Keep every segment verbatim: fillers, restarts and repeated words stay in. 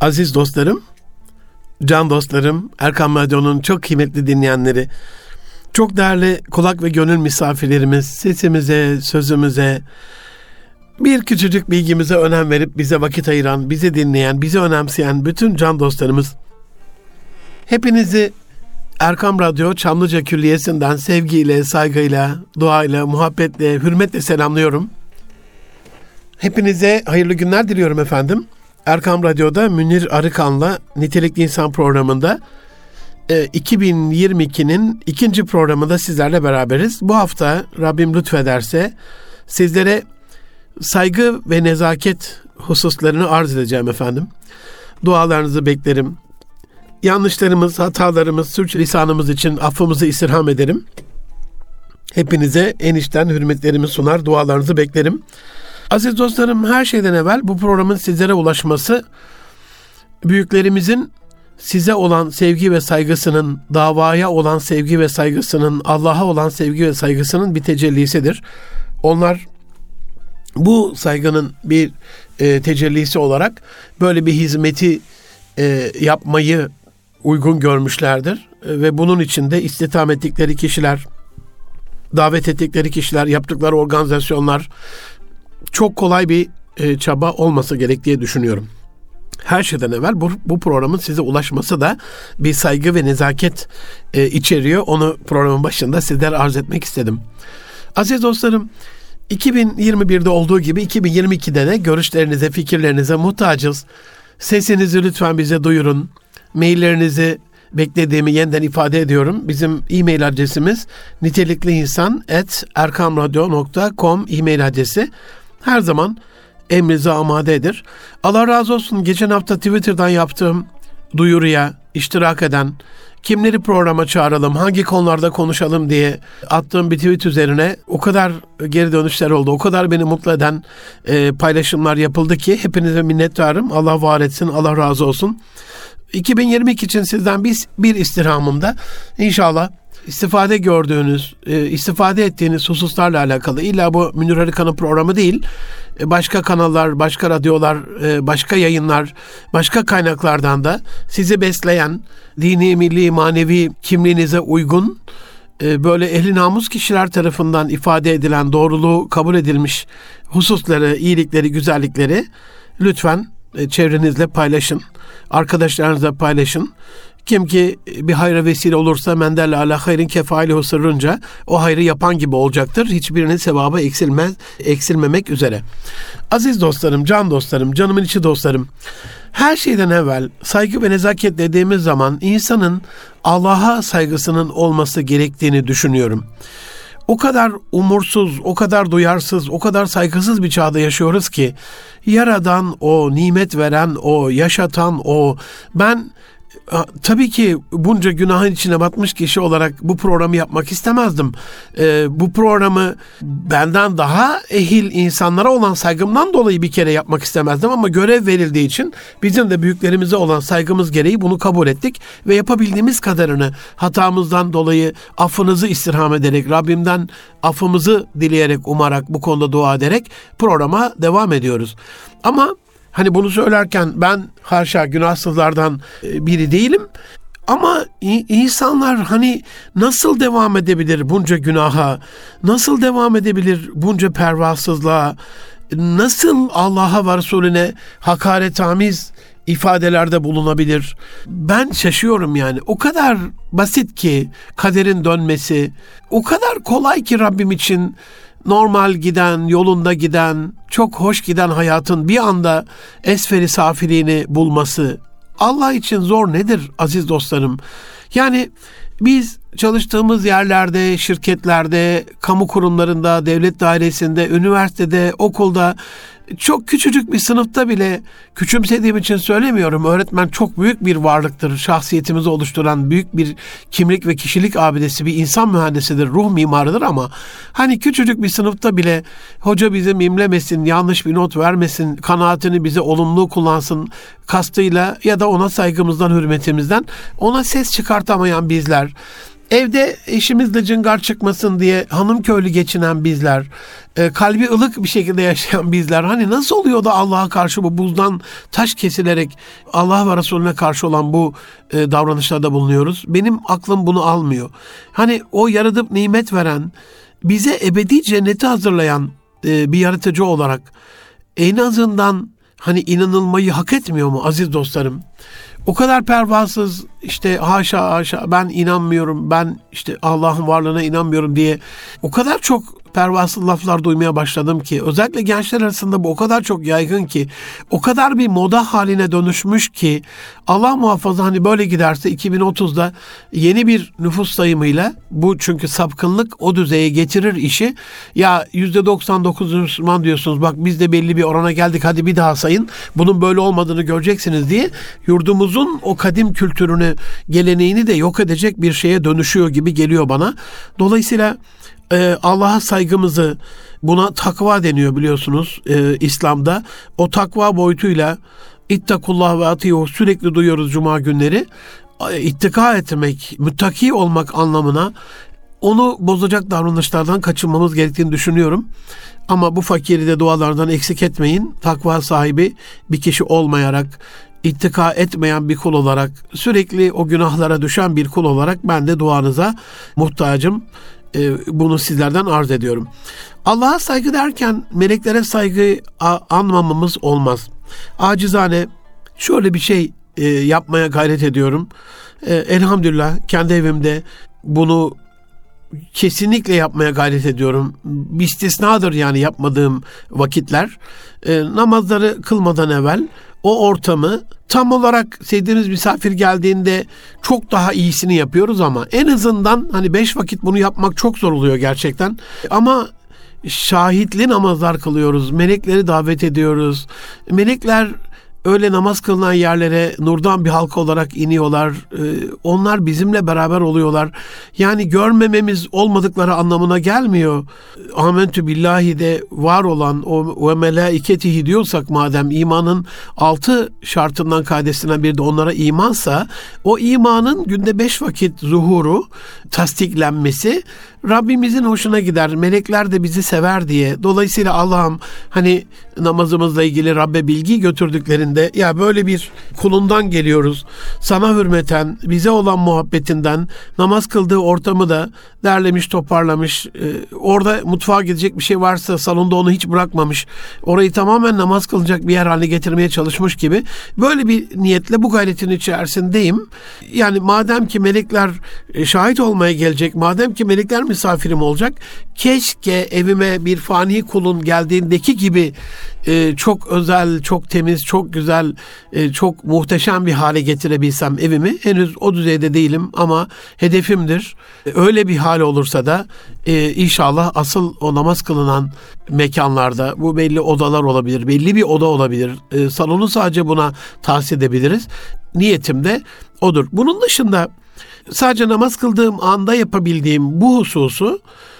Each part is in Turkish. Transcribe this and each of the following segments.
Aziz dostlarım, can dostlarım, Erkam Radyo'nun çok kıymetli dinleyenleri, çok değerli kulak ve gönül misafirlerimiz, sesimize, sözümüze, bir küçücük bilgimize önem verip bize vakit ayıran, bizi dinleyen, bizi önemseyen bütün can dostlarımız, hepinizi Erkam Radyo Çamlıca Külliyesi'nden sevgiyle, saygıyla, duayla, muhabbetle, hürmetle selamlıyorum. Hepinize hayırlı günler diliyorum efendim. Erkam Radyo'da Münir Arıkan'la Nitelikli İnsan programında e, iki bin yirmi ikinin ikinci programında sizlerle beraberiz. Bu hafta Rabbim lütfederse sizlere saygı ve nezaket hususlarını arz edeceğim efendim. Dualarınızı beklerim. Yanlışlarımız, hatalarımız, sürçülisanımız için affımızı istirham ederim. Hepinize en içten hürmetlerimi sunar, dualarınızı beklerim. Aziz dostlarım, her şeyden evvel bu programın sizlere ulaşması, büyüklerimizin size olan sevgi ve saygısının, davaya olan sevgi ve saygısının, Allah'a olan sevgi ve saygısının bir tecellisidir. Onlar bu saygının bir e, tecellisi olarak böyle bir hizmeti e, yapmayı uygun görmüşlerdir. E, ve bunun için de istihdam ettikleri kişiler, davet ettikleri kişiler, yaptıkları organizasyonlar çok kolay bir e, çaba olması gerek diye düşünüyorum. Her şeyden evvel bu, bu programın size ulaşması da bir saygı ve nezaket e, içeriyor. Onu programın başında sizlere arz etmek istedim. Aziz dostlarım, iki bin yirmi birde olduğu gibi iki bin yirmi ikide de görüşlerinize, fikirlerinize muhtacız. Sesinizi lütfen bize duyurun. Maillerinizi beklediğimi yeniden ifade ediyorum. Bizim e-mail adresimiz nitelikliinsan at erkamradyo nokta com e-mail adresi. Her zaman emrinize amadedir. Allah razı olsun, geçen hafta Twitter'dan yaptığım duyuruya iştirak eden, kimleri programa çağıralım, hangi konularda konuşalım diye attığım bir tweet üzerine o kadar geri dönüşler oldu. O kadar beni mutlu eden e, paylaşımlar yapıldı ki hepinize minnettarım. Allah var etsin, Allah razı olsun. iki bin yirmi iki için sizden bir, bir istirhamımda inşallah istifade gördüğünüz, e, istifade ettiğiniz hususlarla alakalı, illa bu Münir Arıkan'ın programı değil, e, başka kanallar, başka radyolar, e, başka yayınlar, başka kaynaklardan da sizi besleyen, dini, milli, manevi kimliğinize uygun, e, böyle ehli namus kişiler tarafından ifade edilen, doğruluğu kabul edilmiş hususları, iyilikleri, güzellikleri lütfen e, çevrenizle paylaşın, arkadaşlarınızla paylaşın. Kim ki bir hayra vesile olursa mendelle ala hayrin kefailihu sırrınca o hayrı yapan gibi olacaktır. Hiçbirinin sevabı eksilmez, eksilmemek üzere. Aziz dostlarım, can dostlarım, canımın içi dostlarım. Her şeyden evvel saygı ve nezaket dediğimiz zaman insanın Allah'a saygısının olması gerektiğini düşünüyorum. O kadar umursuz, o kadar duyarsız, o kadar saygısız bir çağda yaşıyoruz ki yaradan o, nimet veren o, yaşatan o. Ben tabii ki bunca günahın içine batmış kişi olarak bu programı yapmak istemezdim. Ee, bu programı benden daha ehil insanlara olan saygımdan dolayı bir kere yapmak istemezdim ama görev verildiği için bizim de büyüklerimize olan saygımız gereği bunu kabul ettik ve yapabildiğimiz kadarını hatamızdan dolayı affınızı istirham ederek, Rabbimden affımızı dileyerek, umarak, bu konuda dua ederek programa devam ediyoruz. Ama hani bunu söylerken ben haşa günahsızlardan biri değilim. Ama insanlar hani nasıl devam edebilir bunca günaha? Nasıl devam edebilir bunca pervasızlığa? Nasıl Allah'a ve Resulüne hakaretamiz ifadelerde bulunabilir? Ben şaşıyorum yani. O kadar basit ki kaderin dönmesi. O kadar kolay ki Rabbim için normal giden, yolunda giden, çok hoş giden hayatın bir anda esferi safiliğini bulması. Allah için zor nedir aziz dostlarım? Yani biz çalıştığımız yerlerde, şirketlerde, kamu kurumlarında, devlet dairesinde, üniversitede, okulda, çok küçücük bir sınıfta bile, küçümsediğim için söylemiyorum, öğretmen çok büyük bir varlıktır. Şahsiyetimizi oluşturan büyük bir kimlik ve kişilik abidesi, bir insan mühendisidir, ruh mimarıdır ama hani küçücük bir sınıfta bile hoca bizi mimlemesin, yanlış bir not vermesin, kanaatini bize olumlu kullansın kastıyla ya da ona saygımızdan, hürmetimizden ona ses çıkartamayan bizler, Evde eşimizle cıngar çıkmasın diye hanım köylü geçinen bizler, e, kalbi ılık bir şekilde yaşayan bizler, hani nasıl oluyor da Allah'a karşı bu buzdan taş kesilerek Allah ve Resulüne karşı olan bu e, davranışlarda bulunuyoruz? Benim aklım bunu almıyor. Hani o yaratıp nimet veren, bize ebedi cenneti hazırlayan e, bir yaratıcı olarak en azından hani inanılmayı hak etmiyor mu aziz dostlarım? O kadar pervasız, işte haşa haşa ben inanmıyorum, ben işte Allah'ın varlığına inanmıyorum diye o kadar çok pervasız laflar duymaya başladım ki, özellikle gençler arasında bu o kadar çok yaygın ki, o kadar bir moda haline dönüşmüş ki, Allah muhafaza hani böyle giderse iki bin otuzda yeni bir nüfus sayımıyla bu, çünkü sapkınlık o düzeye getirir işi. Ya yüzde doksan dokuz Müslüman diyorsunuz, bak biz de belli bir orana geldik, hadi bir daha sayın, bunun böyle olmadığını göreceksiniz diye yurdumuzun o kadim kültürünü, geleneğini de yok edecek bir şeye dönüşüyor gibi geliyor bana. Dolayısıyla Ee, Allah'a saygımızı, buna takva deniyor biliyorsunuz e, İslam'da. O takva boyutuyla ittakullah ve atiyu sürekli duyuyoruz cuma günleri. İttika etmek, müttaki olmak anlamına, onu bozacak davranışlardan kaçınmamız gerektiğini düşünüyorum. Ama bu fakiri de dualardan eksik etmeyin. Takva sahibi bir kişi olmayarak, ittika etmeyen bir kul olarak, sürekli o günahlara düşen bir kul olarak ben de duanıza muhtacım. Bunu sizlerden arz ediyorum. Allah'a saygı derken meleklere saygı anmamamız olmaz. Acizane şöyle bir şey e, yapmaya gayret ediyorum. E, elhamdülillah kendi evimde bunu kesinlikle yapmaya gayret ediyorum. Bir istisnadır yani yapmadığım vakitler. E, namazları kılmadan evvel o ortamı tam olarak sevdiğimiz misafir geldiğinde çok daha iyisini yapıyoruz ama en azından hani beş vakit bunu yapmak çok zor oluyor gerçekten. Ama şahitli namazlar kılıyoruz. Melekleri davet ediyoruz. Melekler öyle namaz kılınan yerlere nurdan bir halka olarak iniyorlar. Ee, onlar bizimle beraber oluyorlar. Yani görmememiz olmadıkları anlamına gelmiyor. Amentü billahi de var olan o ve melaiketihi diyorsak, madem imanın altı şartından kaidesinden biri de onlara imansa, o imanın günde beş vakit zuhuru, tasdiklenmesi Rabbimizin hoşuna gider. Melekler de bizi sever diye. Dolayısıyla Allah'ım hani namazımızla ilgili Rabbe bilgi götürdüklerinde, ya böyle bir kulundan geliyoruz, sana hürmeten, bize olan muhabbetinden, namaz kıldığı ortamı da derlemiş, toparlamış, e, orada mutfağa gidecek bir şey varsa salonda onu hiç bırakmamış, orayı tamamen namaz kılacak bir yer haline getirmeye çalışmış gibi, böyle bir niyetle bu gayretin içerisindeyim. Yani madem ki melekler şahit olmaya gelecek, madem ki melekler misafirim olacak, keşke evime bir fani kulun geldiğindeki gibi e, çok özel, çok temiz, çok güzel, e, çok muhteşem bir hale getirebilsem evimi. Henüz o düzeyde değilim ama hedefimdir. E, öyle bir hal olursa da e, inşallah asıl o namaz kılınan mekanlarda, bu belli odalar olabilir, belli bir oda olabilir. E, salonu sadece buna tahsis edebiliriz. Niyetim de odur. Bunun dışında sadece namaz kıldığım anda yapabildiğim bu hususu,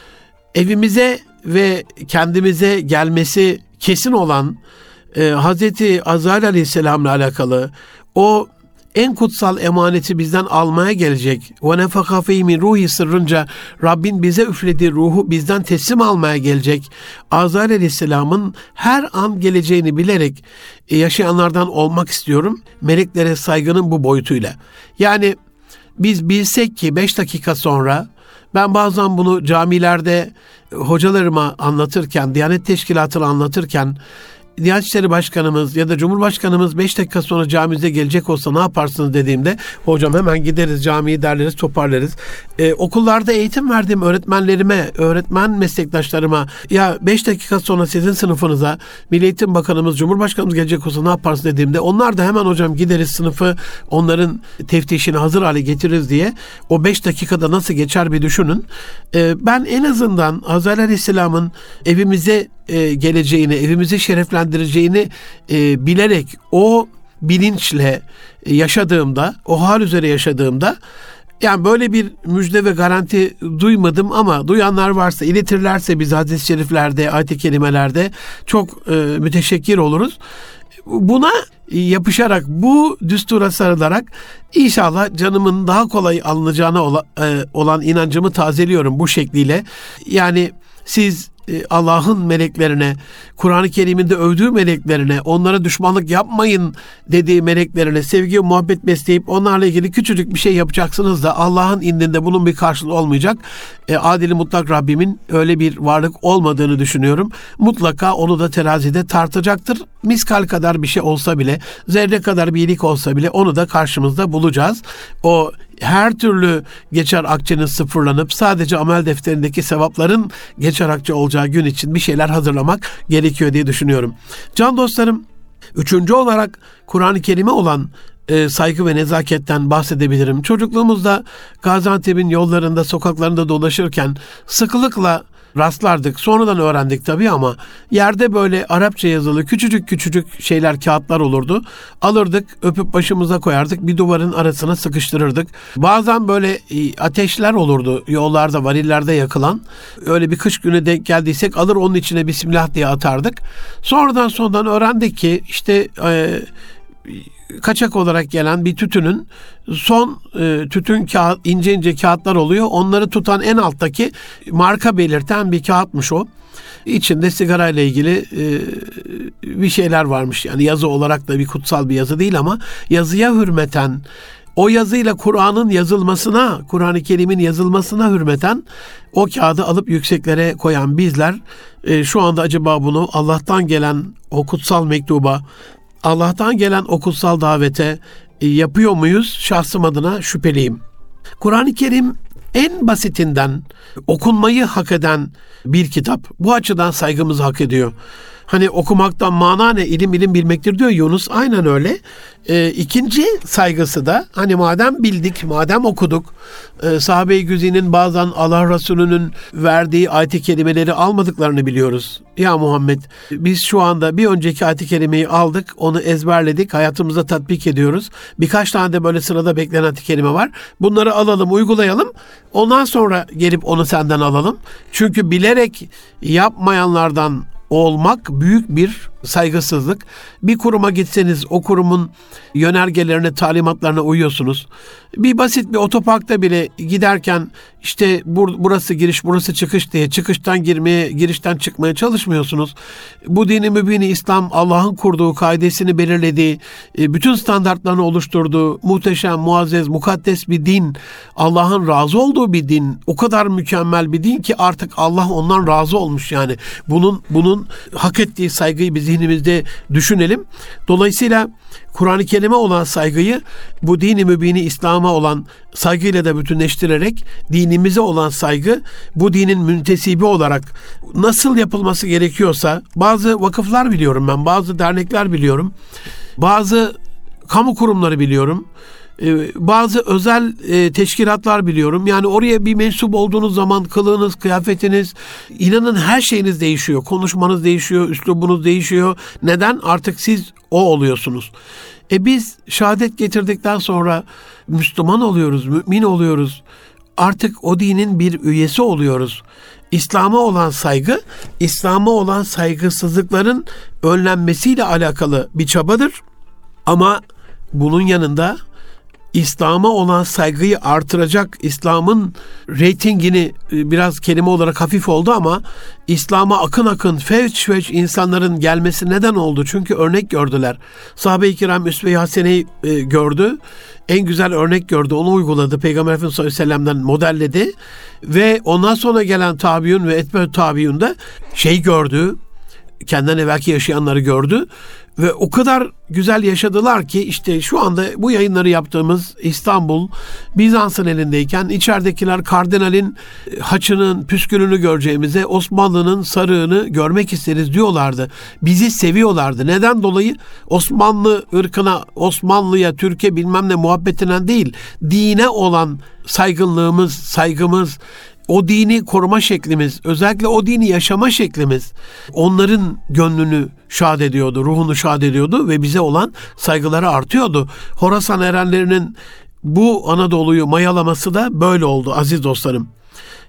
evimize ve kendimize gelmesi kesin olan e, Hazreti Azrail Aleyhisselam'la alakalı o en kutsal emaneti bizden almaya gelecek. Ve nefaka fî min ruhi sırrınca Rabbin bize üflediği ruhu bizden teslim almaya gelecek. Azrail Aleyhisselam'ın her an geleceğini bilerek e, yaşayanlardan olmak istiyorum. Meleklere saygının bu boyutuyla. Yani biz bilsek ki beş dakika sonra, ben bazen bunu camilerde hocalarıma anlatırken, Diyanet Teşkilatı'na anlatırken, Diyanet İşleri Başkanımız ya da Cumhurbaşkanımız beş dakika sonra camimize gelecek olsa ne yaparsınız dediğimde, hocam hemen gideriz camiyi derleriz, toparlarız. Ee, okullarda eğitim verdiğim öğretmenlerime, öğretmen meslektaşlarıma, ya beş dakika sonra sizin sınıfınıza Milli Eğitim Bakanımız, Cumhurbaşkanımız gelecek olsa ne yaparsın dediğimde, onlar da hemen hocam gideriz sınıfı, onların teftişini hazır hale getiririz diye, o beş dakikada nasıl geçer bir düşünün. Ee, ben en azından Azrail Aleyhisselam'ın evimize e, geleceğini, evimizi şereflendireceğini e, bilerek, o bilinçle yaşadığımda, o hal üzere yaşadığımda, yani böyle bir müjde ve garanti duymadım ama duyanlar varsa, iletirlerse bize hadis-i şeriflerde, ayet-i kerimelerde çok e, müteşekkir oluruz. Buna yapışarak, bu düstura sarılarak inşallah canımın daha kolay alınacağına olan inancımı tazeliyorum bu şekliyle. Yani siz Allah'ın meleklerine, Kur'an-ı Kerim'inde övdüğü meleklerine, onlara düşmanlık yapmayın dediği meleklerine sevgi ve muhabbet besleyip onlarla ilgili küçücük bir şey yapacaksınız da Allah'ın indinde bunun bir karşılığı olmayacak. E, adil-i mutlak Rabbimin öyle bir varlık olmadığını düşünüyorum. Mutlaka onu da terazide tartacaktır. Miskal kadar bir şey olsa bile, zerre kadar bir iyilik olsa bile onu da karşımızda bulacağız. O her türlü geçer akçenin sıfırlanıp sadece amel defterindeki sevapların geçer akçe olacağı gün için bir şeyler hazırlamak gerekiyor diye düşünüyorum. Can dostlarım, üçüncü olarak Kur'an-ı Kerim'e olan e, saygı ve nezaketten bahsedebilirim. Çocukluğumuzda Gaziantep'in yollarında, sokaklarında dolaşırken sıklıkla rastlardık. Sonradan öğrendik tabii ama yerde böyle Arapça yazılı küçücük küçücük şeyler, kağıtlar olurdu. Alırdık, öpüp başımıza koyardık, bir duvarın arasına sıkıştırırdık. Bazen böyle ateşler olurdu yollarda, varillerde yakılan. Öyle bir kış günü denk geldiysek alır onun içine Bismillah diye atardık. Sonradan sonradan öğrendik ki işte e, kaçak olarak gelen bir tütünün son e, tütün kağıt, ince ince kağıtlar oluyor. Onları tutan en alttaki marka belirten bir kağıtmış o. İçinde sigara ile ilgili e, bir şeyler varmış. Yani yazı olarak da bir kutsal bir yazı değil ama yazıya hürmeten, o yazıyla Kur'an'ın yazılmasına, Kur'an-ı Kerim'in yazılmasına hürmeten o kağıdı alıp yükseklere koyan bizler e, şu anda acaba bunu Allah'tan gelen o kutsal mektuba, Allah'tan gelen o kutsal davete e, yapıyor muyuz? Şahsım adına şüpheliyim. Kur'an-ı Kerim en basitinden okunmayı hak eden bir kitap. Bu açıdan saygımızı hak ediyor. Hani okumaktan mana ne? İlim ilim bilmektir diyor Yunus. Aynen öyle. E, ikinci saygısı da hani madem bildik, madem okuduk, e, sahabe-i güzinin bazen Allah Resulü'nün verdiği ayet-i kerimeleri almadıklarını biliyoruz. Ya Muhammed, biz şu anda bir önceki ayet-i kerimeyi aldık, onu ezberledik, hayatımıza tatbik ediyoruz. Birkaç tane de böyle sırada beklenen ayet-i kerime var. Bunları alalım, uygulayalım. Ondan sonra gelip onu senden alalım. Çünkü bilerek yapmayanlardan olmak büyük bir saygısızlık. Bir kuruma gitseniz o kurumun yönergelerine, talimatlarına uyuyorsunuz. Bir basit bir otoparkta bile giderken işte bur- burası giriş, burası çıkış diye çıkıştan girmeye, girişten çıkmaya çalışmıyorsunuz. Bu dini mübini İslam, Allah'ın kurduğu, kaidesini belirlediği, bütün standartlarını oluşturduğu muhteşem, muazzez, mukaddes bir din, Allah'ın razı olduğu bir din, o kadar mükemmel bir din ki artık Allah ondan razı olmuş yani. Bunun bunun hak ettiği saygıyı biz zihnimizde düşünelim. Dolayısıyla Kur'an-ı Kerim'e olan saygıyı bu dini mübini İslam'a olan saygıyla da bütünleştirerek dinimize olan saygı bu dinin müntesibi olarak nasıl yapılması gerekiyorsa, bazı vakıflar biliyorum ben, bazı dernekler biliyorum, bazı kamu kurumları biliyorum, bazı özel e, teşkilatlar biliyorum. Yani oraya bir mensup olduğunuz zaman kılığınız, kıyafetiniz, inanın her şeyiniz değişiyor. Konuşmanız değişiyor, üslubunuz değişiyor. Neden? Artık siz o oluyorsunuz. E biz şehadet getirdikten sonra Müslüman oluyoruz, mümin oluyoruz. Artık o dinin bir üyesi oluyoruz. İslam'a olan saygı, İslam'a olan saygısızlıkların önlenmesiyle alakalı bir çabadır. Ama bunun yanında İslam'a olan saygıyı artıracak, İslam'ın reytingini, biraz kelime olarak hafif oldu ama İslam'a akın akın fevç fevç insanların gelmesi neden oldu? Çünkü örnek gördüler. Sahabe-i kiram Üsve-i Hasene'yi e, gördü. En güzel örnek gördü. Onu uyguladı. Peygamber Efendimiz sallallahu aleyhi ve sellem'den modelledi. Ve ondan sonra gelen tabiun ve etbe tabiun da şey gördü. Kendinden evvelki yaşayanları gördü. Ve o kadar güzel yaşadılar ki işte şu anda bu yayınları yaptığımız İstanbul Bizans'ın elindeyken içeridekiler kardinalin haçının, püskülünü göreceğimize Osmanlı'nın sarığını görmek isteriz diyorlardı. Bizi seviyorlardı. Neden dolayı? Osmanlı ırkına, Osmanlı'ya, Türkiye bilmem ne muhabbetinden değil, dine olan saygınlığımız, saygımız, o dini koruma şeklimiz, özellikle o dini yaşama şeklimiz onların gönlünü şad ediyordu, ruhunu şad ediyordu ve bize olan saygıları artıyordu. Horasan erenlerinin bu Anadolu'yu mayalaması da böyle oldu aziz dostlarım.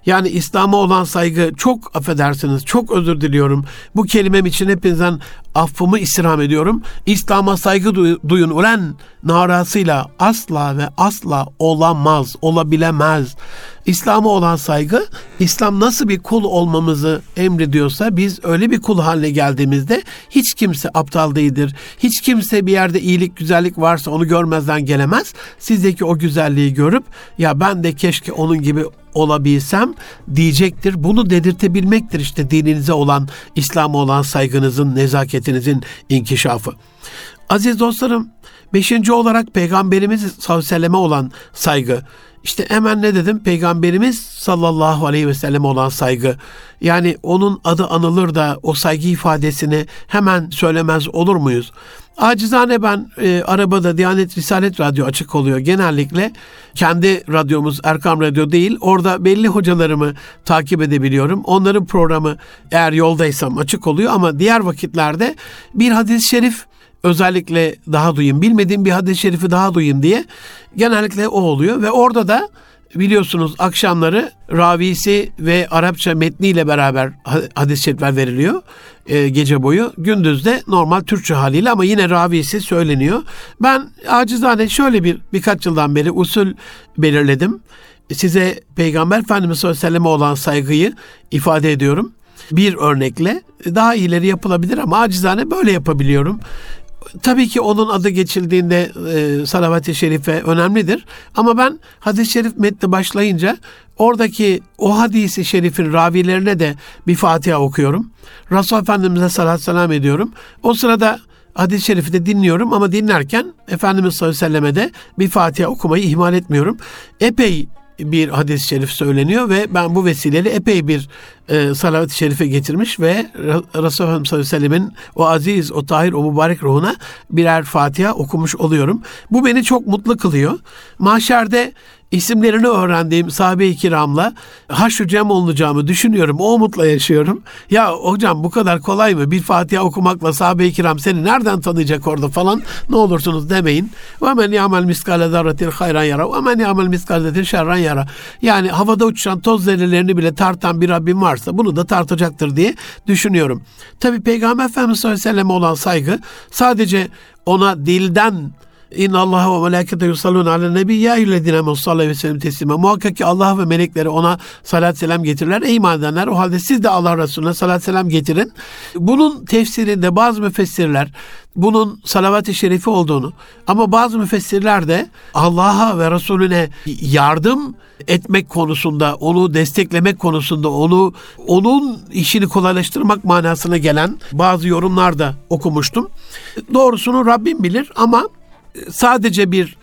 Yani İslam'a olan saygı, çok affedersiniz, çok özür diliyorum. Bu kelimem için hepinizden affımı istirham ediyorum. İslam'a saygı duy- duyun ulan narasıyla asla ve asla olamaz, olabilemez. İslam'a olan saygı, İslam nasıl bir kul olmamızı emrediyorsa biz öyle bir kul haline geldiğimizde hiç kimse aptal değildir. Hiç kimse bir yerde iyilik, güzellik varsa onu görmezden gelemez. Sizdeki o güzelliği görüp ya ben de keşke onun gibi olabilsem diyecektir. Bunu dedirtebilmektir işte dininize olan, İslam'a olan saygınızın, nezaketinizin inkişafı. Aziz dostlarım, beşinci olarak Peygamberimiz sallallahu aleyhi ve selleme olan saygı. İşte hemen ne dedim? Peygamberimiz sallallahu aleyhi ve sellem olan saygı. Yani onun adı anılır da o saygı ifadesini hemen söylemez olur muyuz? Acizane ben e, arabada Diyanet Risalet Radyo açık oluyor. Genellikle kendi radyomuz Erkam Radyo değil. Orada belli hocalarımı takip edebiliyorum. Onların programı eğer yoldaysam açık oluyor ama diğer vakitlerde bir hadis-i şerif özellikle daha duyayım, bilmediğim bir hadis-i şerifi daha duyayım diye genellikle o oluyor ve orada da biliyorsunuz akşamları ravisi ve Arapça metniyle beraber hadis-i şerifler veriliyor e, gece boyu. Gündüz de normal Türkçe haliyle ama yine ravisi söyleniyor. Ben acizane şöyle bir birkaç yıldan beri usul belirledim. Size Peygamber Efendimiz sallallahu aleyhi ve selleme olan saygıyı ifade ediyorum. Bir örnekle daha iyileri yapılabilir ama acizane böyle yapabiliyorum. Tabii ki onun adı geçildiğinde e, salavat-ı şerife önemlidir. Ama ben hadis-i şerif metni başlayınca oradaki o hadis-i şerifin ravilerine de bir Fatiha okuyorum. Resulullah Efendimiz'e salat selam ediyorum. O sırada hadis-i şerifi de dinliyorum ama dinlerken Efendimiz sallallahu aleyhi ve selleme de bir Fatiha okumayı ihmal etmiyorum. Epey bir hadis-i şerif söyleniyor ve ben bu vesileyle epey bir e, salavat-ı şerife getirmiş ve Resulullah sallallahu aleyhi ve sellemin o aziz, o tahir, o mübarek ruhuna birer Fatiha okumuş oluyorum. Bu beni çok mutlu kılıyor. Mahşerde isimlerini öğrendiğim sahabe-i kiramla haşr-ı cem olunacağımı düşünüyorum. O umutla yaşıyorum. Ya hocam bu kadar kolay mı? Bir Fatiha okumakla sahabe-i kiram seni nereden tanıyacak orada falan? Ne olursunuz demeyin. وَمَنْ يَعْمَلْ مِسْكَالَ ذَرَّةٍ خَيْرًا يَرَى وَمَنْ يَعْمَلْ مِسْكَالَ ذَرَّةٍ şerran yara. Yani havada uçuşan toz zerrelerini bile tartan bir Rabbim varsa bunu da tartacaktır diye düşünüyorum. Tabii Peygamber Efendimiz sallallahu aleyhi ve selleme olan saygı sadece ona dilden İnna Allaha ve melekete yusallun ala nebi ya eyyühellezine amenu sallu aleyhi ve sellem teslime. Muhakkak ki Allah ve melekleri ona salat selam getirirler. Ey iman edenler, o halde siz de Allah Resulüne salat selam getirin. Bunun tefsirinde bazı müfessirler bunun salavat-ı şerifi olduğunu ama bazı müfessirler de Allah'a ve Resulüne yardım etmek konusunda, onu desteklemek konusunda, onu onun işini kolaylaştırmak manasına gelen bazı yorumlar da okumuştum. Doğrusunu Rabbim bilir ama sadece bir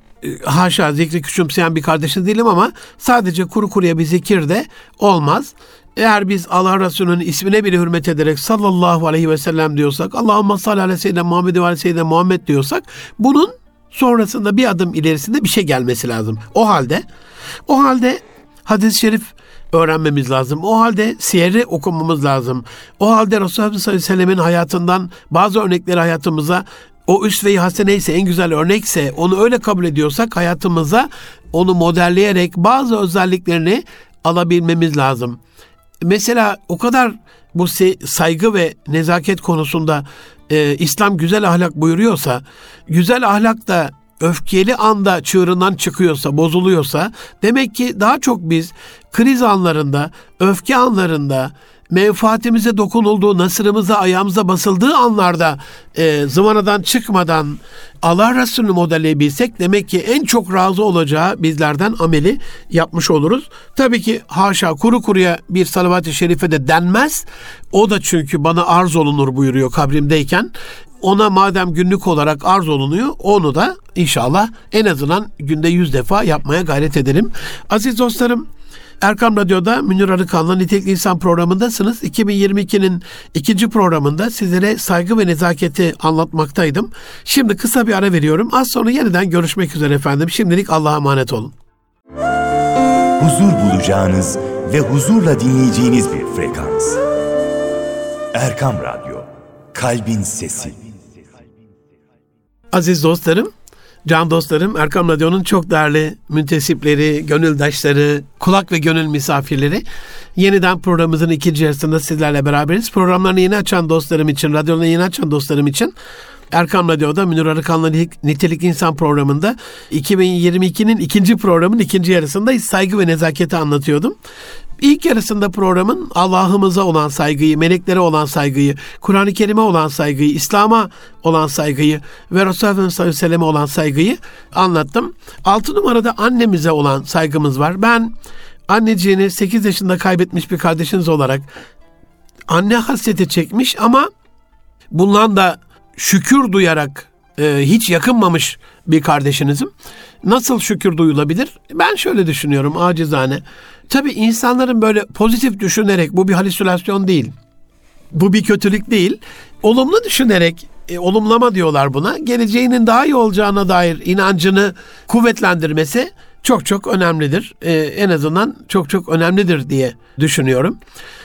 haşa zikri küçümseyen bir kardeşin değilim ama sadece kuru kuruya bir zikir de olmaz. Eğer biz Allah Resulü'nün ismine bile hürmet ederek sallallahu aleyhi ve sellem diyorsak, Allahümme salli ala seyyidina Muhammed ve ala seyyidina Muhammed diyorsak, bunun sonrasında bir adım ilerisinde bir şey gelmesi lazım. O halde, o halde hadis-i şerif öğrenmemiz lazım. O halde siyeri okumamız lazım. O halde Resulullah sallallahu aleyhi ve sellemin hayatından bazı örnekleri hayatımıza, o üsve-i haseneyse, en güzel örnekse, onu öyle kabul ediyorsak hayatımıza onu modelleyerek bazı özelliklerini alabilmemiz lazım. Mesela o kadar bu saygı ve nezaket konusunda e, İslam güzel ahlak buyuruyorsa, güzel ahlak da öfkeli anda çığırından çıkıyorsa, bozuluyorsa, demek ki daha çok biz kriz anlarında, öfke anlarında, menfaatimize dokunulduğu, nasırımıza, ayağımıza basıldığı anlarda e, zıvanadan çıkmadan Allah Resulü'nü modelleyebilsek demek ki en çok razı olacağı bizlerden ameli yapmış oluruz. Tabii ki haşa kuru kuruya bir salavat-ı şerife de denmez. O da çünkü bana arz olunur buyuruyor kabrimdeyken. Ona madem günlük olarak arz olunuyor, onu da inşallah en azından günde yüz defa yapmaya gayret edelim. Aziz dostlarım, Erkam Radyo'da Münir Arıkan'la Nitelikli İnsan programındasınız. iki bin yirmi ikinin ikinci programında sizlere saygı ve nezaketi anlatmaktaydım. Şimdi kısa bir ara veriyorum. Az sonra yeniden görüşmek üzere efendim. Şimdilik Allah'a emanet olun. Huzur bulacağınız ve huzurla dinleyeceğiniz bir frekans. Erkam Radyo, Kalbin Sesi. Aziz dostlarım, Can dostlarım, Erkam Radyo'nun çok değerli müntesipleri, gönüldaşları, kulak ve gönül misafirleri. Yeniden programımızın ikinci yarısında sizlerle beraberiz. Programlarını yeni açan dostlarım için, radyonu yeni açan dostlarım için Erkam Radyo'da Münir Arıkan'la Nitelik İnsan programında iki bin yirmi ikinin ikinci programın ikinci yarısında saygı ve nezaketi anlatıyordum. İlk yarısında programın Allah'ımıza olan saygıyı, meleklere olan saygıyı, Kur'an-ı Kerim'e olan saygıyı, İslam'a olan saygıyı ve Resulullah sallallahu aleyhi ve sellem'e olan saygıyı anlattım. Altı numarada annemize olan saygımız var. Ben anneciğini sekiz yaşında kaybetmiş bir kardeşiniz olarak anne hasreti çekmiş ama bundan da şükür duyarak e, hiç yakınmamış bir kardeşinizim. Nasıl şükür duyulabilir? Ben şöyle düşünüyorum acizane. Tabii insanların böyle pozitif düşünerek, bu bir halüsinasyon değil, bu bir kötülük değil, olumlu düşünerek, e, olumlama diyorlar buna, geleceğinin daha iyi olacağına dair inancını kuvvetlendirmesi çok çok önemlidir. E, en azından çok çok önemlidir diye düşünüyorum.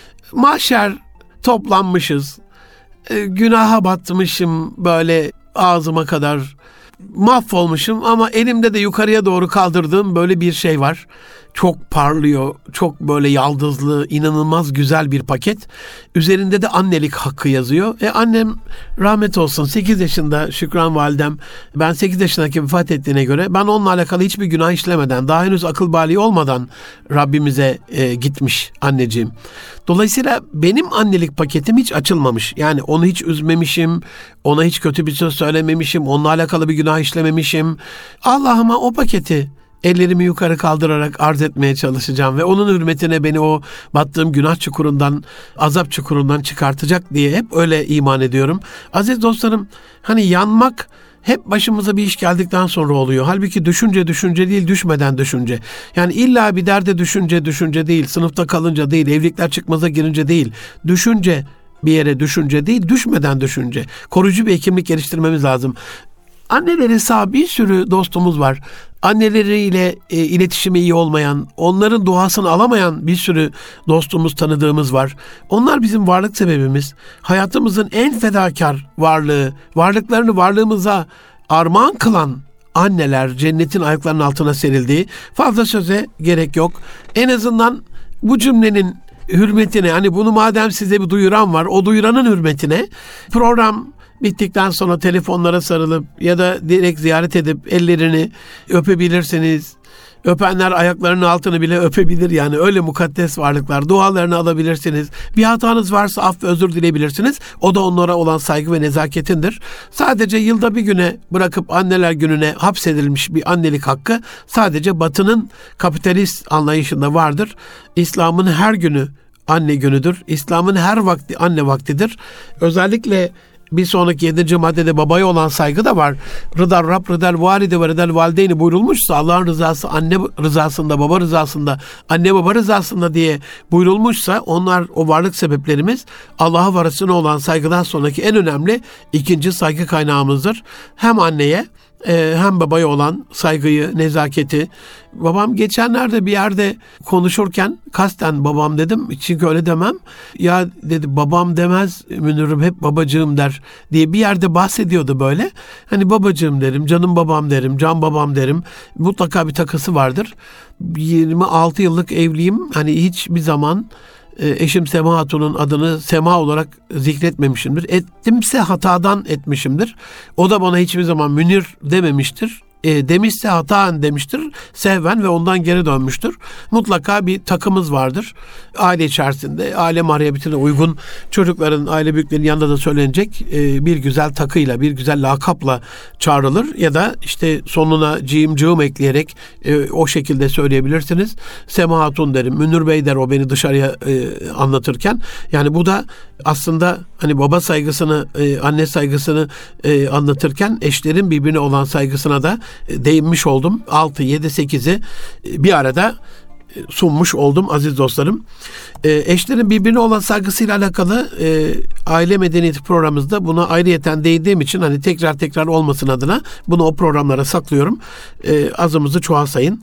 Mahşer toplanmışız, e, günaha batmışım böyle ağzıma kadar, mahvolmuşum ama elimde de yukarıya doğru kaldırdığım böyle bir şey var. Çok parlıyor, çok böyle yaldızlı, inanılmaz güzel bir paket. Üzerinde de annelik hakkı yazıyor. E annem rahmet olsun sekiz yaşında Şükran validem, ben sekiz yaşındaki vefat ettiğine göre ben onunla alakalı hiçbir günah işlemeden, daha henüz akıl bali olmadan Rabbimize e, gitmiş anneciğim. Dolayısıyla benim annelik paketim hiç açılmamış. Yani onu hiç üzmemişim, ona hiç kötü bir söz söylememişim, onunla alakalı bir günah işlememişim. Allah'ıma o paketi ellerimi yukarı kaldırarak arz etmeye çalışacağım ve onun hürmetine beni o battığım günah çukurundan, azap çukurundan çıkartacak diye hep öyle iman ediyorum. Aziz dostlarım, hani yanmak hep başımıza bir iş geldikten sonra oluyor. Halbuki düşünce düşünce değil, düşmeden düşünce. Yani illa bir derde düşünce düşünce değil, sınıfta kalınca değil, evlilikler çıkmaza girince değil. Düşünce bir yere düşünce değil, düşmeden düşünce. Koruyucu bir hekimlik geliştirmemiz lazım. Anneleri sağ bir sürü dostumuz var. Anneleriyle e, iletişimi iyi olmayan, onların duasını alamayan bir sürü dostumuz, tanıdığımız var. Onlar bizim varlık sebebimiz. Hayatımızın en fedakar varlığı, varlıklarını varlığımıza armağan kılan anneler, cennetin ayaklarının altına serildiği, fazla söze gerek yok. En azından bu cümlenin hürmetine, hani bunu madem size bir duyuran var, o duyuranın hürmetine program bittikten sonra telefonlara sarılıp ya da direkt ziyaret edip ellerini öpebilirsiniz. Öpenler ayaklarının altını bile öpebilir, yani öyle mukaddes varlıklar. Dualarını alabilirsiniz. Bir hatanız varsa af ve özür dileyebilirsiniz. O da onlara olan saygı ve nezaketindir. Sadece yılda bir güne bırakıp anneler gününe hapsedilmiş bir annelik hakkı sadece Batı'nın kapitalist anlayışında vardır. İslam'ın her günü anne günüdür. İslam'ın her vakti anne vaktidir. Özellikle bir sonraki yedinci maddede babaya olan saygı da var. Rıdar Rab, rıdar valide ve rıdar valideyni buyurulmuşsa, Allah'ın rızası anne rızasında, baba rızasında, anne baba rızasında diye buyurulmuşsa, onlar, o varlık sebeplerimiz Allah'a ve Resulüne olan saygıdan sonraki en önemli ikinci saygı kaynağımızdır. Hem anneye hem babaya olan saygıyı, nezaketi. Babam geçenlerde bir yerde konuşurken kasten babam dedim, çünkü öyle demem. Ya dedi, babam demez Münir'im, hep babacığım der diye bir yerde bahsediyordu böyle. Hani babacığım derim, canım babam derim, can babam derim. Mutlaka bir takısı vardır. yirmi altı yıllık evliyim. Hani hiçbir zaman eşim Sema Hatun'un adını Sema olarak zikretmemişimdir. Ettimse hatadan etmişimdir. O da bana hiçbir zaman Münir dememiştir. E, demişse hataen demiştir. Sehven ve ondan geri dönmüştür. Mutlaka bir takımız vardır. Aile içerisinde, aile marifetine uygun çocukların, aile büyüklerinin yanında da söylenecek e, bir güzel takıyla, bir güzel lakapla çağrılır. Ya da işte sonuna cim cığım ekleyerek e, o şekilde söyleyebilirsiniz. Sema Hatun derim, Münir Bey der o beni dışarıya e, anlatırken. Yani bu da aslında hani baba saygısını, e, anne saygısını e, anlatırken eşlerin birbirine olan saygısına da değinmiş oldum. altı, yedi, sekizi bir arada sunmuş oldum aziz dostlarım. E, eşlerin birbirine olan saygısıyla alakalı e, aile medeniyeti programımızda buna ayrıyeten değindiğim için hani tekrar tekrar olmasın adına bunu o programlara saklıyorum. E, azımızı çoğalsayın.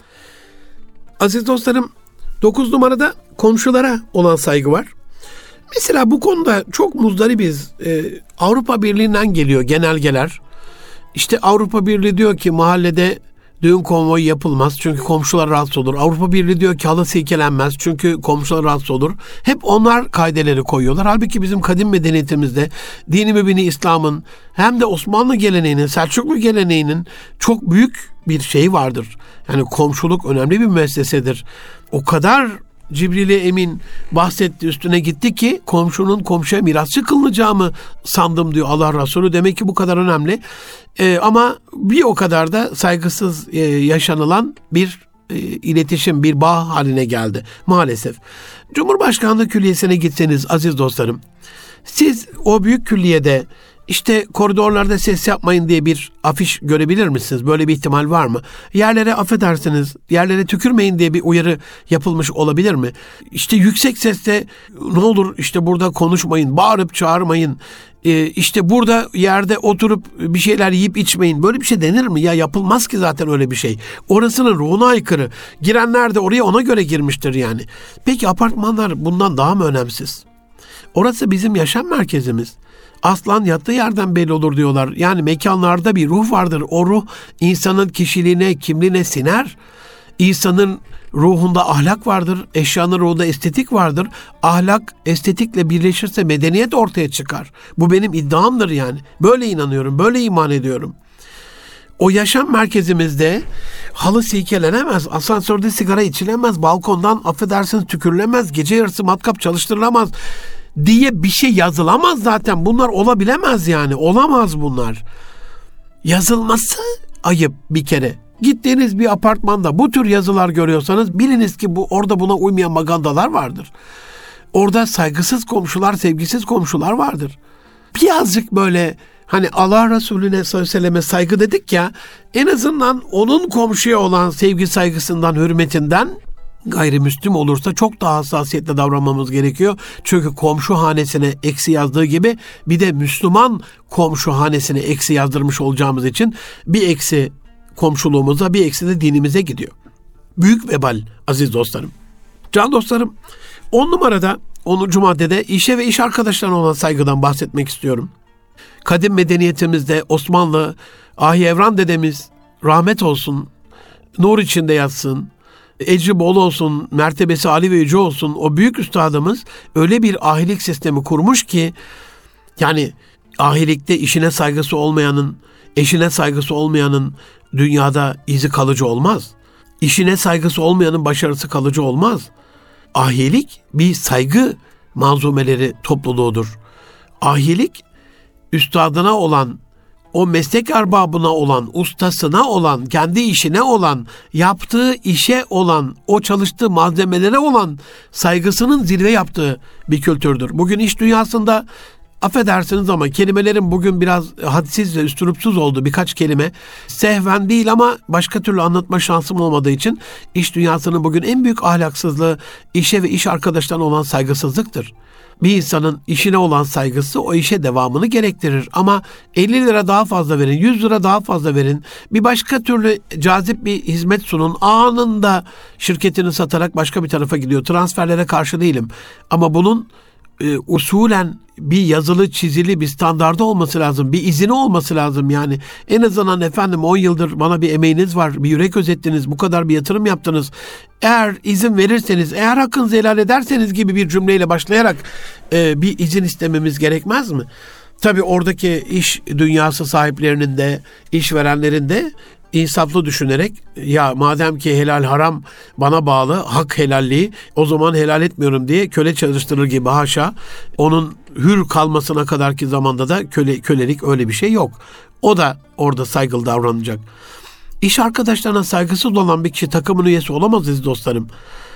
Aziz dostlarım, dokuz numarada komşulara olan saygı var. Mesela bu konuda çok muzdaribiz. E, Avrupa Birliği'nden geliyor genelgeler. İşte Avrupa Birliği diyor ki mahallede düğün konvoyu yapılmaz çünkü komşular rahatsız olur. Avrupa Birliği diyor ki halı silkelenmez çünkü komşular rahatsız olur. Hep onlar kaideleri koyuyorlar. Halbuki bizim kadim medeniyetimizde dini mübini İslam'ın hem de Osmanlı geleneğinin, Selçuklu geleneğinin çok büyük bir şey vardır. Yani komşuluk önemli bir müessesedir. O kadar Cibril-i Emin bahsetti, üstüne gitti ki komşunun komşuya mirasçı kılınacağımı sandım diyor Allah Resulü. Demek ki bu kadar önemli. Ee, ama bir o kadar da saygısız e, yaşanılan bir e, iletişim, bir bağ haline geldi maalesef. Cumhurbaşkanlığı Külliyesi'ne gitseniz aziz dostlarım, siz o büyük külliyede İşte koridorlarda ses yapmayın diye bir afiş görebilir misiniz? Böyle bir ihtimal var mı? Yerlere affedersiniz, yerlere tükürmeyin diye bir uyarı yapılmış olabilir mi? İşte yüksek sesle ne olur işte burada konuşmayın, bağırıp çağırmayın. Ee, işte burada yerde oturup bir şeyler yiyip içmeyin. Böyle bir şey denir mi? Ya yapılmaz ki zaten öyle bir şey. Orasının ruhuna aykırı. Girenler de oraya ona göre girmiştir yani. Peki apartmanlar bundan daha mı önemsiz? Orası bizim yaşam merkezimiz. Aslan yattığı yerden belli olur diyorlar. Yani mekanlarda bir ruh vardır. O ruh insanın kişiliğine, kimliğine siner. İnsanın ruhunda ahlak vardır. Eşyanın ruhunda estetik vardır. Ahlak estetikle birleşirse medeniyet ortaya çıkar. Bu benim iddiamdır yani. Böyle inanıyorum, böyle iman ediyorum. O yaşam merkezimizde halı silkelenemez, asansörde sigara içilemez, balkondan affedersiniz tükürülemez, gece yarısı matkap çalıştırılamaz diye bir şey yazılamaz zaten. Bunlar olabilemez yani. Olamaz bunlar. Yazılması ayıp bir kere. Gittiğiniz bir apartmanda bu tür yazılar görüyorsanız biliniz ki bu orada buna uymayan magandalar vardır. Orada saygısız komşular, sevgisiz komşular vardır. Birazcık böyle hani Allah Resulüne sallallahu aleyhi ve selleme saygı dedik ya, en azından onun komşuya olan sevgi saygısından, hürmetinden gayrimüslim olursa çok daha hassasiyetle davranmamız gerekiyor. Çünkü komşu hanesine eksi yazdığı gibi bir de Müslüman komşu hanesine eksi yazdırmış olacağımız için bir eksi komşuluğumuza, bir eksi de dinimize gidiyor. Büyük vebal aziz dostlarım. Can dostlarım, on numarada onuncu maddede işe ve iş arkadaşlarına olan saygıdan bahsetmek istiyorum. Kadim medeniyetimizde Osmanlı, Ahi Evran dedemiz rahmet olsun, nur içinde yatsın, ecri bol olsun, mertebesi âli ve yüce olsun, o büyük üstadımız öyle bir ahilik sistemi kurmuş ki, yani ahilikte işine saygısı olmayanın, eşine saygısı olmayanın dünyada izi kalıcı olmaz. İşine saygısı olmayanın başarısı kalıcı olmaz. Ahilik bir saygı manzumeleri topluluğudur. Ahilik üstadına olan, o meslek erbabına olan, ustasına olan, kendi işine olan, yaptığı işe olan, o çalıştığı malzemelere olan saygısının zirve yaptığı bir kültürdür. Bugün iş dünyasında affedersiniz ama kelimelerin bugün biraz hadsiz ve üstürupsuz oldu birkaç kelime. Sehven değil ama başka türlü anlatma şansım olmadığı için iş dünyasının bugün en büyük ahlaksızlığı işe ve iş arkadaşlarına olan saygısızlıktır. Bir insanın işine olan saygısı o işe devamını gerektirir. Ama elli lira daha fazla verin, yüz lira daha fazla verin, bir başka türlü cazip bir hizmet sunun, anında şirketini satarak başka bir tarafa gidiyor. Transferlere karşı değilim. Ama bunun e, usulen bir yazılı, çizili bir standardı olması lazım. Bir izini olması lazım yani. En azından efendim on yıldır bana bir emeğiniz var. Bir yürek özettiniz. Bu kadar bir yatırım yaptınız. Eğer izin verirseniz, eğer hakkınızı helal ederseniz gibi bir cümleyle başlayarak e, bir izin istememiz gerekmez mi? Tabii oradaki iş dünyası sahiplerinin de, işverenlerin de insaflı düşünerek, ya madem ki helal haram bana bağlı, hak helalliği, o zaman helal etmiyorum diye köle çalıştırır gibi haşa. Onun hür kalmasına kadarki zamanda da köle, kölelik öyle bir şey yok. O da orada saygılı davranacak. İş arkadaşlarına saygısız olan bir kişi takımın üyesi olamaz aziz dostlarım.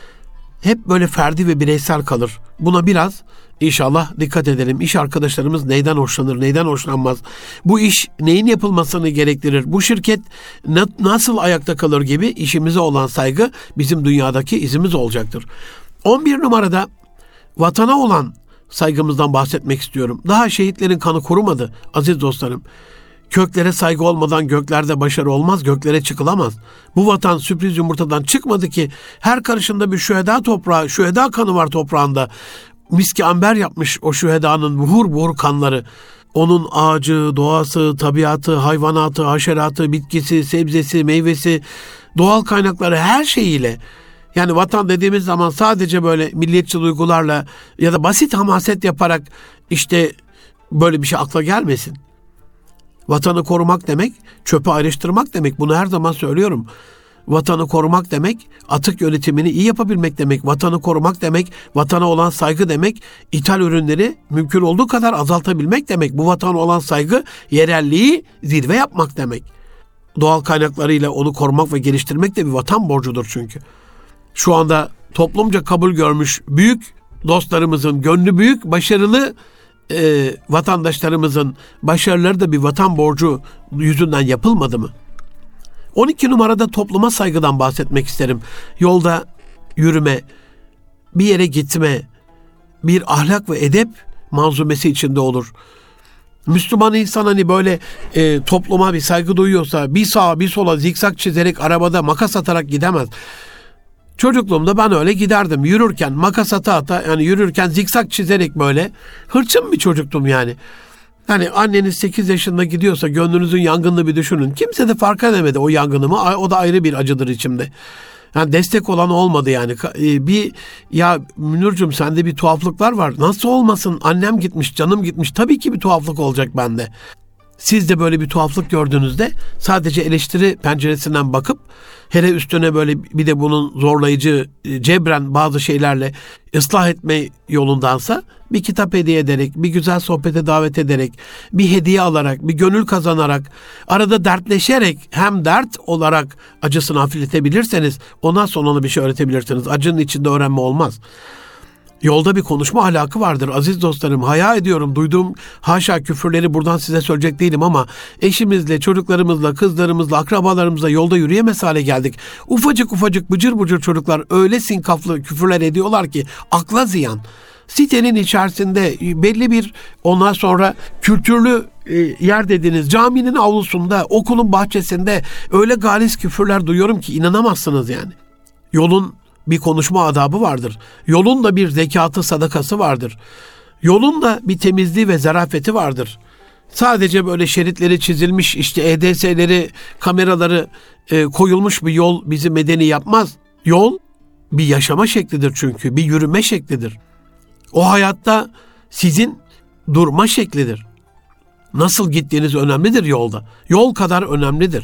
Hep böyle ferdi ve bireysel kalır. Buna biraz İnşallah dikkat edelim. İş arkadaşlarımız neyden hoşlanır, neyden hoşlanmaz? Bu iş neyin yapılmasını gerektirir? Bu şirket na- nasıl ayakta kalır gibi işimize olan saygı bizim dünyadaki izimiz olacaktır. on bir numarada vatana olan saygımızdan bahsetmek istiyorum. Daha şehitlerin kanı kurumadı aziz dostlarım. Köklere saygı olmadan göklerde başarı olmaz, göklere çıkılamaz. Bu vatan sürpriz yumurtadan çıkmadı ki her karışında bir şüheda toprağı, şüheda kanı var toprağında. Miski amber yapmış o şühedanın buhur buhur kanları. onun ağacı, doğası, tabiatı, hayvanatı, haşeratı, bitkisi, sebzesi, meyvesi, doğal kaynakları her şeyiyle. Yani vatan dediğimiz zaman sadece böyle milliyetçi duygularla ya da basit hamaset yaparak işte böyle bir şey akla gelmesin. Vatanı korumak demek, çöpü ayrıştırmak demek. Bunu her zaman söylüyorum. Vatanı korumak demek, atık yönetimini iyi yapabilmek demek. Vatanı korumak demek, vatana olan saygı demek. İthal ürünleri mümkün olduğu kadar azaltabilmek demek. Bu vatana olan saygı, yerelliği zirve yapmak demek. Doğal kaynaklarıyla onu korumak ve geliştirmek de bir vatan borcudur çünkü. Şu anda toplumca kabul görmüş büyük dostlarımızın, gönlü büyük, başarılı e, vatandaşlarımızın başarıları da bir vatan borcu yüzünden yapılmadı mı? on iki numarada topluma saygıdan bahsetmek isterim. Yolda yürüme, bir yere gitme, bir ahlak ve edep manzumesi içinde olur. Müslüman insan hani böyle e, topluma bir saygı duyuyorsa bir sağa bir sola zikzak çizerek arabada makas atarak gidemez. Çocukluğumda ben öyle giderdim. Yürürken makas ata ata, yani yürürken zikzak çizerek böyle hırçın bir çocuktum yani. Hani anneniz sekiz yaşında gidiyorsa gönlünüzün yangınını bir düşünün. Kimse de fark edemedi o yangınımı. O da ayrı bir acıdır içimde. Yani destek olan olmadı yani. Bir ya Münir'cim sende bir tuhaflıklar var. Nasıl olmasın? Annem gitmiş, canım gitmiş. Tabii ki bir tuhaflık olacak bende. Siz de böyle bir tuhaflık gördüğünüzde sadece eleştiri penceresinden bakıp hele üstüne böyle bir de bunun zorlayıcı, cebren bazı şeylerle ıslah etme yolundansa bir kitap hediye ederek, bir güzel sohbete davet ederek, bir hediye alarak, bir gönül kazanarak, arada dertleşerek hem dert olarak acısını hafifletebilirseniz ondan sonra ona bir şey öğretebilirsiniz. Acının içinde öğrenme olmaz. Yolda bir konuşma ahlakı vardır aziz dostlarım. Haya ediyorum. Duyduğum haşa küfürleri buradan size söyleyecek değilim ama eşimizle, çocuklarımızla, kızlarımızla, akrabalarımızla yolda yürüyemez hale geldik. Ufacık ufacık bıcır bıcır çocuklar öyle sinkaflı küfürler ediyorlar ki akla ziyan. Sitenin içerisinde belli bir ondan sonra kültürlü yer dediğiniz caminin avlusunda, okulun bahçesinde öyle galis küfürler duyuyorum ki inanamazsınız yani. Yolun bir konuşma adabı vardır. Yolun da bir zekatı, sadakası vardır. Yolun da bir temizliği ve zarafeti vardır. Sadece böyle şeritleri çizilmiş, işte E D S'leri, kameraları e, koyulmuş bir yol bizi medeni yapmaz. Yol bir yaşama şeklidir çünkü, bir yürüme şeklidir. O hayatta sizin durma şeklidir. Nasıl gittiğiniz önemlidir yolda. Yol kadar önemlidir.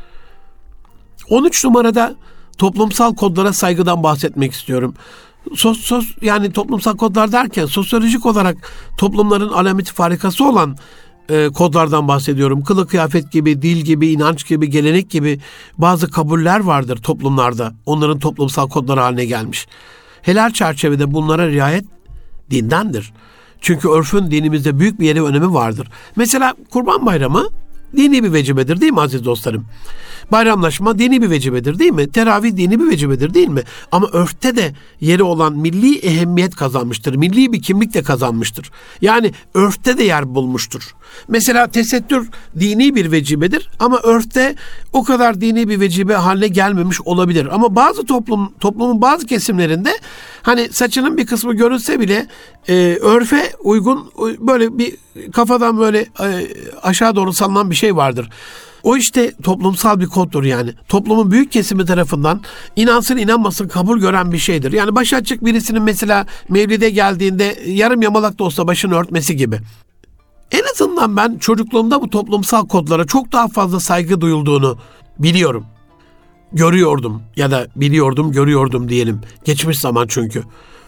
on üç numarada toplumsal kodlara saygıdan bahsetmek istiyorum. Sos, sos, yani toplumsal kodlar derken sosyolojik olarak toplumların alameti farikası olan e, kodlardan bahsediyorum. Kılık kıyafet gibi, dil gibi, inanç gibi, gelenek gibi bazı kabuller vardır toplumlarda. Onların toplumsal kodları haline gelmiş. Helal çerçevede bunlara riayet dindendir. Çünkü örfün dinimizde büyük bir yeri ve önemi vardır. Mesela Kurban Bayramı dini bir vecibedir değil mi aziz dostlarım? Bayramlaşma dini bir vecibedir değil mi? Teravih dini bir vecibedir değil mi? Ama örfte de yeri olan milli ehemmiyet kazanmıştır. Milli bir kimlik de kazanmıştır. Yani örfte de yer bulmuştur. Mesela tesettür dini bir vecibedir ama örfte o kadar dini bir vecibe haline gelmemiş olabilir. Ama bazı toplum toplumun bazı kesimlerinde hani saçının bir kısmı görünse bile e, örfe uygun böyle bir kafadan böyle e, aşağı doğru sallanan bir şey vardır. O işte toplumsal bir koddur yani. Toplumun büyük kesimi tarafından inansın inanmasın kabul gören bir şeydir. Yani başı açık birisinin mesela mevlide geldiğinde yarım yamalak da olsa başını örtmesi gibi. En azından ben çocukluğumda bu toplumsal kodlara çok daha fazla saygı duyulduğunu biliyorum. Görüyordum ya da biliyordum, görüyordum diyelim. Geçmiş zaman çünkü.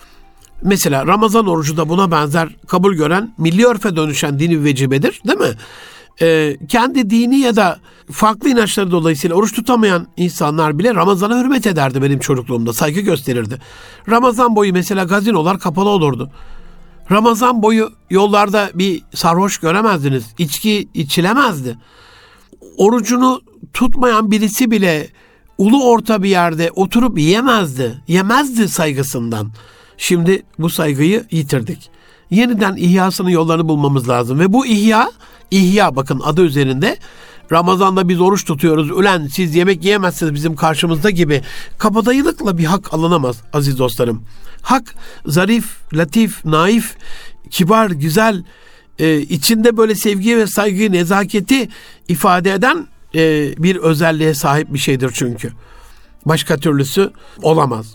Mesela Ramazan orucu da buna benzer kabul gören, milli örfe dönüşen dini bir vecibedir, değil mi? Ee, kendi dini ya da farklı inançları dolayısıyla oruç tutamayan insanlar bile Ramazan'a hürmet ederdi benim çocukluğumda, saygı gösterirdi. Ramazan boyu mesela gazinolar kapalı olurdu. Ramazan boyu yollarda bir sarhoş göremezdiniz, içki içilemezdi. Orucunu tutmayan birisi bile ulu orta bir yerde oturup yiyemezdi, yemezdi saygısından. Şimdi bu saygıyı yitirdik. Yeniden ihyasının yollarını bulmamız lazım ve bu ihya, ihya bakın adı üzerinde, Ramazan'da biz oruç tutuyoruz, ulan siz yemek yiyemezsiniz bizim karşımızda gibi kabadayılıkla bir hak alınamaz aziz dostlarım. Hak zarif, latif, naif, kibar, güzel, e, içinde böyle sevgi ve saygı, nezaketi ifade eden e, bir özelliğe sahip bir şeydir çünkü. Başka türlüsü olamaz.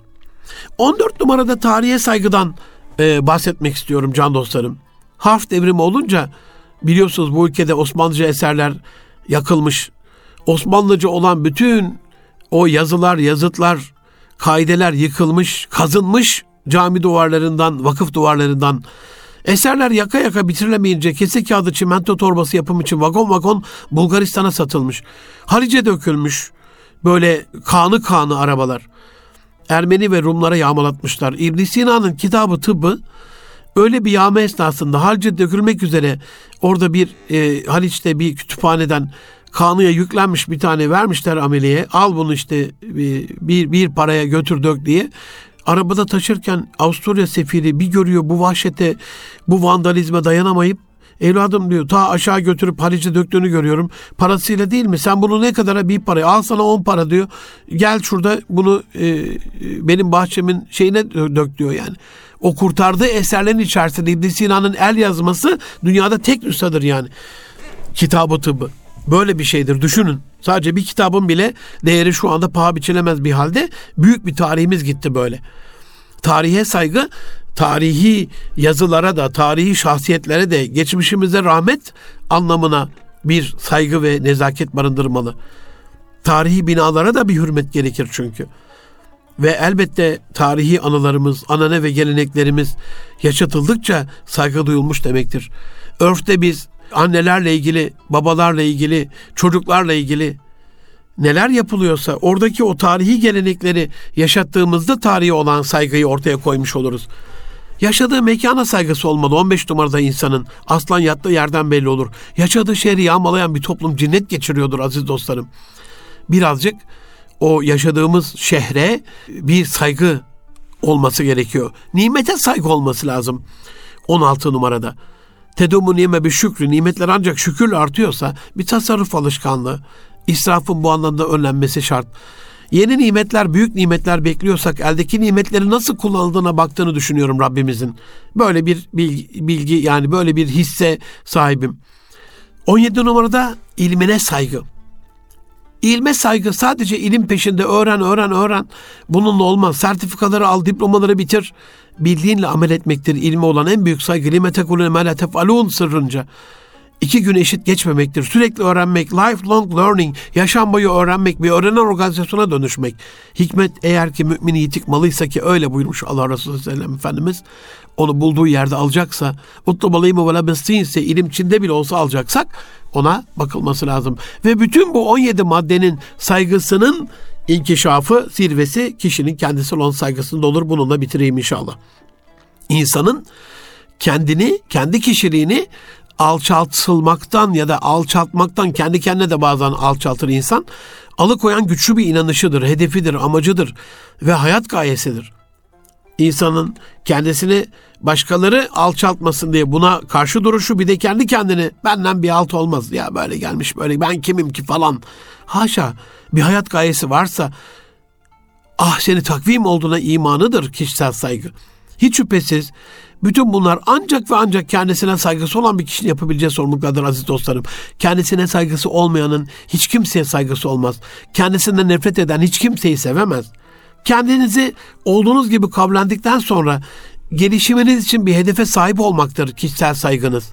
on dört numarada tarihe saygıdan e, bahsetmek istiyorum can dostlarım. Harf devrimi olunca biliyorsunuz bu ülkede Osmanlıca eserler yakılmış. Osmanlıca olan bütün o yazılar, yazıtlar, kaideler yıkılmış, kazınmış cami duvarlarından, vakıf duvarlarından. Eserler yaka yaka bitirilemeyince kese kağıdı çimento torbası yapım için vagon vagon Bulgaristan'a satılmış. Halice dökülmüş böyle kanı kanı arabalar. Ermeni ve Rumlara yağmalatmışlar. İbn Sina'nın kitabı Tıbbı öyle bir yağma esnasında Halice dökülmek üzere orada bir e, Haliç'te bir kütüphaneden kanıya yüklenmiş bir tane vermişler ameliyeye. Al bunu işte bir, bir, bir paraya götür dök diye. Arabada taşırken Avusturya sefiri bir görüyor bu vahşete, bu vandalizme dayanamayıp evladım diyor ta aşağı götürüp Haliç'e döktüğünü görüyorum. Parasıyla değil mi? Sen bunu ne kadara bir paraya al sana on para diyor. Gel şurada bunu e, benim bahçemin şeyine dök diyor yani. O kurtardığı eserlerin içerisinde İbn Sina'nın el yazması dünyada tek nüshadır yani. Kitab-ı Tıbbı. Böyle bir şeydir düşünün. Sadece bir kitabın bile değeri şu anda paha biçilemez bir halde. Büyük bir tarihimiz gitti böyle. Tarihe saygı, tarihi yazılara da, tarihi şahsiyetlere de, geçmişimize rahmet anlamına bir saygı ve nezaket barındırmalı. Tarihi binalara da bir hürmet gerekir çünkü. Ve elbette tarihi anılarımız, anane ve geleneklerimiz yaşatıldıkça saygı duyulmuş demektir. Örfte biz annelerle ilgili, babalarla ilgili, çocuklarla ilgili neler yapılıyorsa oradaki o tarihi gelenekleri yaşattığımızda tarihi olan saygıyı ortaya koymuş oluruz. Yaşadığı mekana saygısı olmalı. on beş numarada insanın aslan yattığı yerden belli olur. Yaşadığı şehri yağmalayan bir toplum cinnet geçiriyordur aziz dostlarım. Birazcık o yaşadığımız şehre bir saygı olması gerekiyor. Nimete saygı olması lazım. on altı numarada. Tedumu nime bir şükrü, nimetler ancak şükürle artıyorsa bir tasarruf alışkanlığı, israfın bu anlamda önlenmesi şart. Yeni nimetler, büyük nimetler bekliyorsak eldeki nimetleri nasıl kullanıldığına baktığını düşünüyorum Rabbimizin. Böyle bir bilgi, bilgi yani böyle bir hisse sahibim. on yedi numarada ilmine saygı. İlme saygı sadece ilim peşinde öğren, öğren, öğren. Bununla olmaz. Sertifikaları al, diplomaları bitir. Bildiğinle amel etmektir ilme olan en büyük saygı. Lime tekulune me la tef'alun sırrınca. İki gün eşit geçmemektir. Sürekli öğrenmek, lifelong learning, yaşam boyu öğrenmek, bir öğrenen organizasyona dönüşmek. Hikmet eğer ki mümini yitik malıysa ki öyle buyurmuş Allah Resulü sallallahu aleyhi ve sellem Efendimiz, onu bulduğu yerde alacaksa, utlubalıyım ve la bestinse, ilim Çin'de bile olsa alacaksak ona bakılması lazım. Ve bütün bu on yedi maddenin saygısının inkişafı, zirvesi kişinin kendisi olan saygısında olur. Bununla bitireyim inşallah. İnsanın kendini, kendi kişiliğini alçaltılmaktan ya da alçaltmaktan, kendi kendine de bazen alçaltır insan, alıkoyan güçlü bir inanışıdır, hedefidir, amacıdır ve hayat gayesidir. İnsanın kendisini başkaları alçaltmasın diye buna karşı duruşu, bir de kendi kendini benden bir alt olmaz ya, böyle gelmiş böyle ben kimim ki falan. Haşa, bir hayat gayesi varsa ahseni takvim olduğuna imanıdır kişisel saygı. Hiç şüphesiz bütün bunlar ancak ve ancak kendisine saygısı olan bir kişinin yapabileceği sorumluluklardır aziz dostlarım. Kendisine saygısı olmayanın hiç kimseye saygısı olmaz. Kendisinden nefret eden hiç kimseyi sevemez. Kendinizi olduğunuz gibi kavrandikten sonra gelişiminiz için bir hedefe sahip olmaktır kişisel saygınız.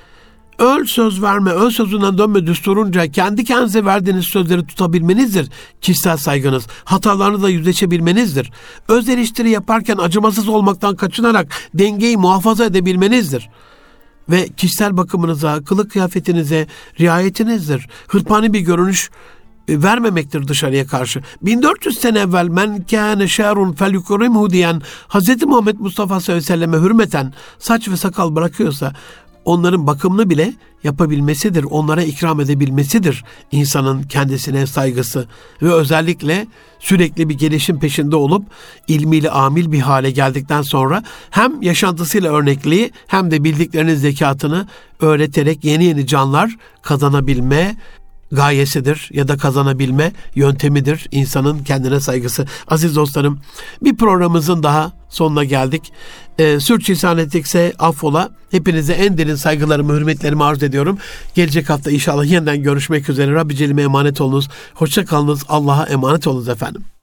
Öl söz verme, öl sözünden dönme düsturunca kendi kendinize verdiğiniz sözleri tutabilmenizdir kişisel saygınız. Hatalarınızla yüzleşebilmenizdir. Öz eleştiri yaparken acımasız olmaktan kaçınarak dengeyi muhafaza edebilmenizdir. Ve kişisel bakımınıza, kılık kıyafetinize riayetinizdir. Hırpani bir görünüş vermemektir dışarıya karşı. bin dört yüz sene evvel men kâne şârun fel yukrimhu diyen Hz. Muhammed Mustafa sallallahu aleyhi ve selleme hürmeten saç ve sakal bırakıyorsa onların bakımını bile yapabilmesidir, onlara ikram edebilmesidir insanın kendisine saygısı ve özellikle sürekli bir gelişim peşinde olup ilmiyle amil bir hale geldikten sonra hem yaşantısıyla örnekliği hem de bildiklerinin zekatını öğreterek yeni yeni canlar kazanabilme gayesidir ya da kazanabilme yöntemidir insanın kendine saygısı. Aziz dostlarım, bir programımızın daha sonuna geldik. E, sürçülisan ettikse affola. Hepinize en derin saygılarımı, hürmetlerimi arz ediyorum. Gelecek hafta inşallah yeniden görüşmek üzere. Rabbi Celle'me emanet olunuz. Hoşça kalınız. Allah'a emanet olunuz efendim.